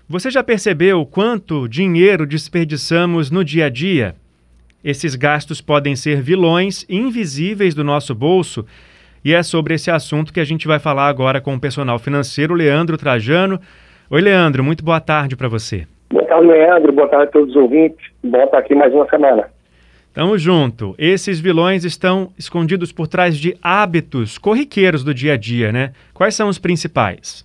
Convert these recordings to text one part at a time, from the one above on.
Você já percebeu quanto dinheiro desperdiçamos no dia a dia? Esses gastos podem ser vilões invisíveis do nosso bolso, e é sobre esse assunto que a gente vai falar agora com o personal financeiro Leandro Trajano. Oi, Leandro, muito boa tarde para você. Boa tarde, Leandro. Boa tarde a todos os ouvintes. Bom estar aqui mais uma semana. Tamo junto. Esses vilões estão escondidos por trás de hábitos corriqueiros do dia a dia, né? Quais são os principais?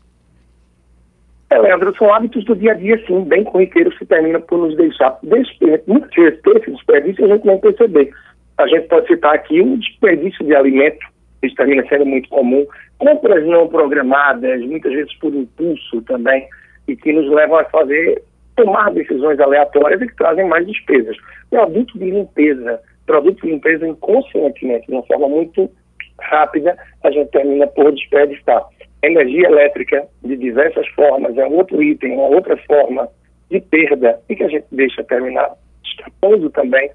Leandro, são hábitos do dia a dia, sim, bem corriqueiros, que terminam por nos deixar muitas vezes ter esse desperdício e a gente não perceber. A gente pode citar aqui um desperdício de alimento, isso termina sendo muito comum, compras não programadas, muitas vezes por impulso também, e que nos levam a tomar decisões aleatórias e que trazem mais despesas. Produto de limpeza inconscientemente, de uma forma muito rápida, a gente termina por desperdiçar. Energia elétrica, de diversas formas, é um outro item, uma outra forma de perda, e que a gente deixa terminar escapando também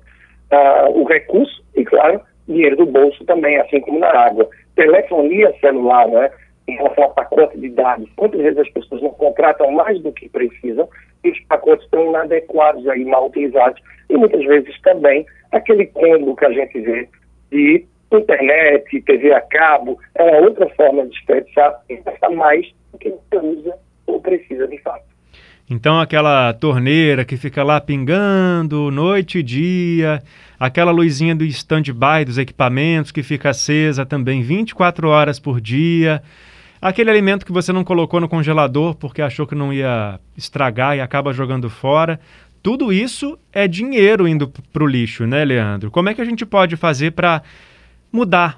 o recurso e, claro, dinheiro do bolso também, assim como na água. Telefonia celular, né? Em relação a pacote de dados, quantas vezes as pessoas não contratam mais do que precisam e os pacotes estão inadequados, aí, mal utilizados, e muitas vezes também aquele combo que a gente vê de internet, TV a cabo, é uma outra forma de desperdiçar e gastar mais do que você usa ou precisa de fato. Então aquela torneira que fica lá pingando noite e dia, aquela luzinha do stand-by dos equipamentos que fica acesa também 24 horas por dia, aquele alimento que você não colocou no congelador porque achou que não ia estragar e acaba jogando fora, tudo isso é dinheiro indo para o lixo, né, Leandro? Como é que a gente pode fazer para mudar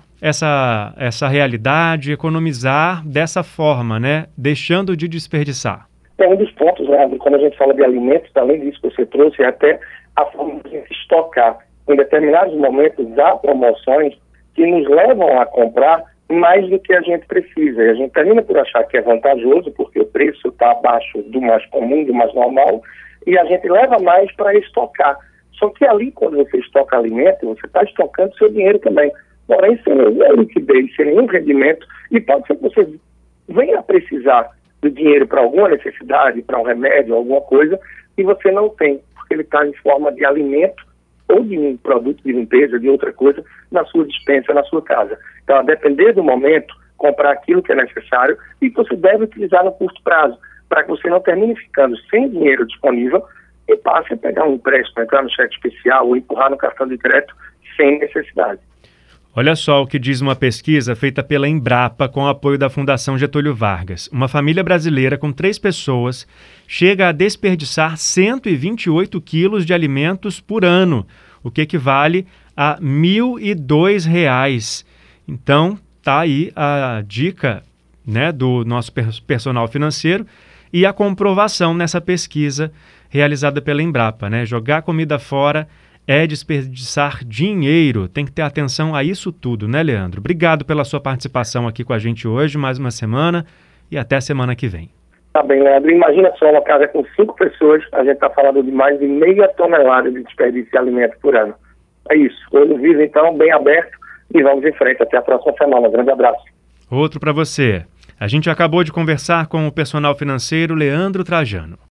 essa realidade, economizar dessa forma, né, deixando de desperdiçar? É um dos pontos, né, quando a gente fala de alimentos, além disso que você trouxe, é até a forma de se estocar. Em determinados momentos há promoções que nos levam a comprar mais do que a gente precisa. E a gente termina por achar que é vantajoso, porque o preço está abaixo do mais comum, do mais normal, e a gente leva mais para estocar. Só que ali, quando você estoca alimento, você está estocando seu dinheiro também. Porém, sem nenhuma liquidez, sem nenhum rendimento, e pode ser que você venha a precisar do dinheiro para alguma necessidade, para um remédio, alguma coisa, e você não tem, porque ele está em forma de alimento ou de um produto de limpeza, de outra coisa, na sua despensa, na sua casa. Então, a depender do momento, comprar aquilo que é necessário e que você deve utilizar no curto prazo, para que você não termine ficando sem dinheiro disponível e passe a pegar um empréstimo, entrar no cheque especial ou empurrar no cartão de crédito sem necessidade. Olha só o que diz uma pesquisa feita pela Embrapa com o apoio da Fundação Getúlio Vargas. Uma família brasileira com 3 pessoas chega a desperdiçar 128 quilos de alimentos por ano, o que equivale a R$ 1.002. Então, tá aí a dica, né, do nosso personal financeiro e a comprovação nessa pesquisa realizada pela Embrapa, né? Jogar comida fora é desperdiçar dinheiro. Tem que ter atenção a isso tudo, né, Leandro? Obrigado pela sua participação aqui com a gente hoje, mais uma semana, e até a semana que vem. Tá bem, Leandro. Imagina só uma casa com 5 pessoas, a gente está falando de mais de meia tonelada de desperdício de alimento por ano. É isso. Olho vivo, então, bem aberto, e vamos em frente. Até a próxima semana. Grande abraço. Outro para você. A gente acabou de conversar com o personal financeiro Leandro Trajano.